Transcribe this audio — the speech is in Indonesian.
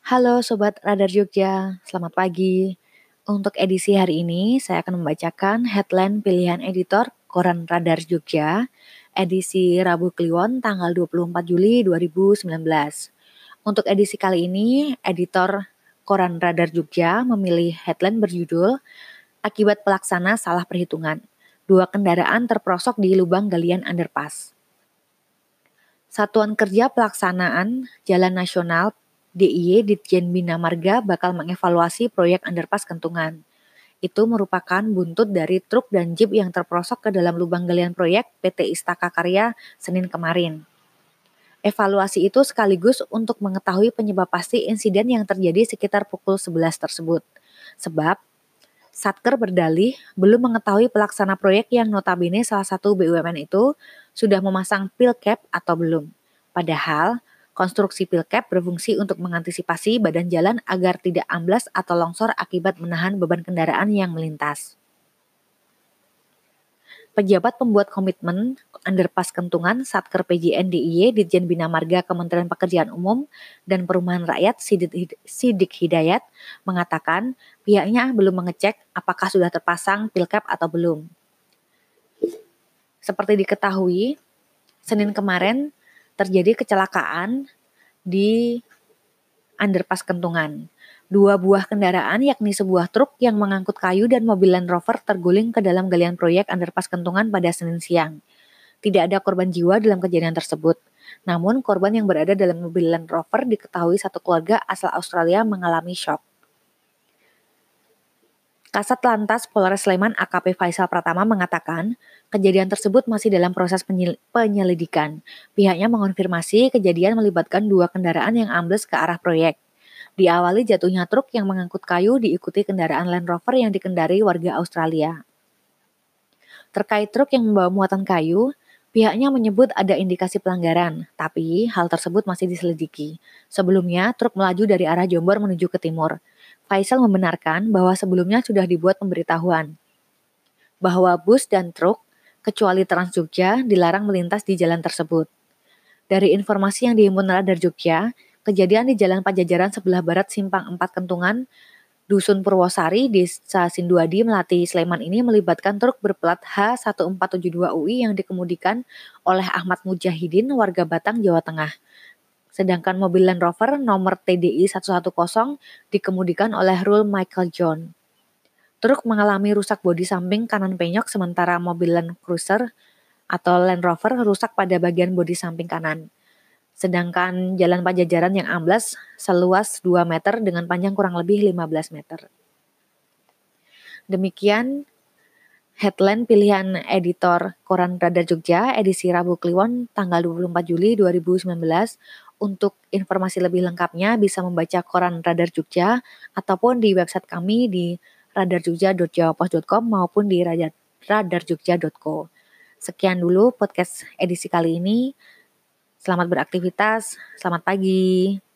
Halo Sobat Radar Jogja, selamat pagi. Untuk edisi hari ini, saya akan membacakan headline pilihan editor Koran Radar Jogja, edisi Rabu Kliwon tanggal 24 Juli 2019. Untuk edisi kali ini, editor Koran Radar Jogja memilih headline berjudul Akibat Pelaksana Salah Perhitungan. 2 kendaraan terperosok di lubang galian underpass. Satuan Kerja Pelaksanaan Jalan Nasional DIY Ditjen Bina Marga bakal mengevaluasi proyek underpass Kentungan. Itu merupakan buntut dari truk dan jeep yang terperosok ke dalam lubang galian proyek PT Istaka Karya Senin kemarin. Evaluasi itu sekaligus untuk mengetahui penyebab pasti insiden yang terjadi sekitar pukul 11 tersebut. Sebab Satker berdalih belum mengetahui pelaksana proyek yang notabene salah satu BUMN itu sudah memasang pil cap atau belum. Padahal, konstruksi pil cap berfungsi untuk mengantisipasi badan jalan agar tidak amblas atau longsor akibat menahan beban kendaraan yang melintas. Pejabat pembuat komitmen underpass Kentungan Satker PJN DIY Ditjen Bina Marga Kementerian Pekerjaan Umum dan Perumahan Rakyat Sidik Hidayat mengatakan pihaknya belum mengecek apakah sudah terpasang pil cap atau belum. Seperti diketahui, Senin kemarin terjadi kecelakaan di underpass Kentungan. 2 buah kendaraan yakni sebuah truk yang mengangkut kayu dan mobil Land Rover terguling ke dalam galian proyek underpass Kentungan pada Senin siang. Tidak ada korban jiwa dalam kejadian tersebut. Namun korban yang berada dalam mobil Land Rover diketahui satu keluarga asal Australia mengalami syok. Kasat Lantas Polres Sleman AKP Faisal Pratama mengatakan kejadian tersebut masih dalam proses penyelidikan. Pihaknya mengonfirmasi kejadian melibatkan 2 kendaraan yang ambles ke arah proyek. Diawali jatuhnya truk yang mengangkut kayu diikuti kendaraan Land Rover yang dikendari warga Australia. Terkait truk yang membawa muatan kayu, pihaknya menyebut ada indikasi pelanggaran, tapi hal tersebut masih diselidiki. Sebelumnya, truk melaju dari arah Jombor menuju ke timur. Faisal membenarkan bahwa sebelumnya sudah dibuat pemberitahuan bahwa bus dan truk, kecuali Trans Jogja, dilarang melintas di jalan tersebut. Dari informasi yang dihimpun Radar Jogja, kejadian di Jalan Pajajaran sebelah barat Simpang 4 Kentungan, Dusun Purwosari, Desa Sinduadi, Melati, Sleman ini melibatkan truk berplat H1472UI yang dikemudikan oleh Ahmad Mujahidin, warga Batang, Jawa Tengah. Sedangkan mobil Land Rover nomor TDI 110 dikemudikan oleh Rul Michael John. Truk mengalami rusak bodi samping kanan penyok sementara mobil Land Cruiser atau Land Rover rusak pada bagian bodi samping kanan. Sedangkan Jalan Pajajaran yang amblas seluas 2 meter dengan panjang kurang lebih 15 meter. Demikian headline pilihan editor Koran Radar Jogja edisi Rabu Kliwon tanggal 24 Juli 2019. Untuk informasi lebih lengkapnya bisa membaca Koran Radar Jogja ataupun di website kami di radarjogja.jawapos.com maupun di radarjogja.co. Sekian dulu podcast edisi kali ini. Selamat beraktivitas, selamat pagi.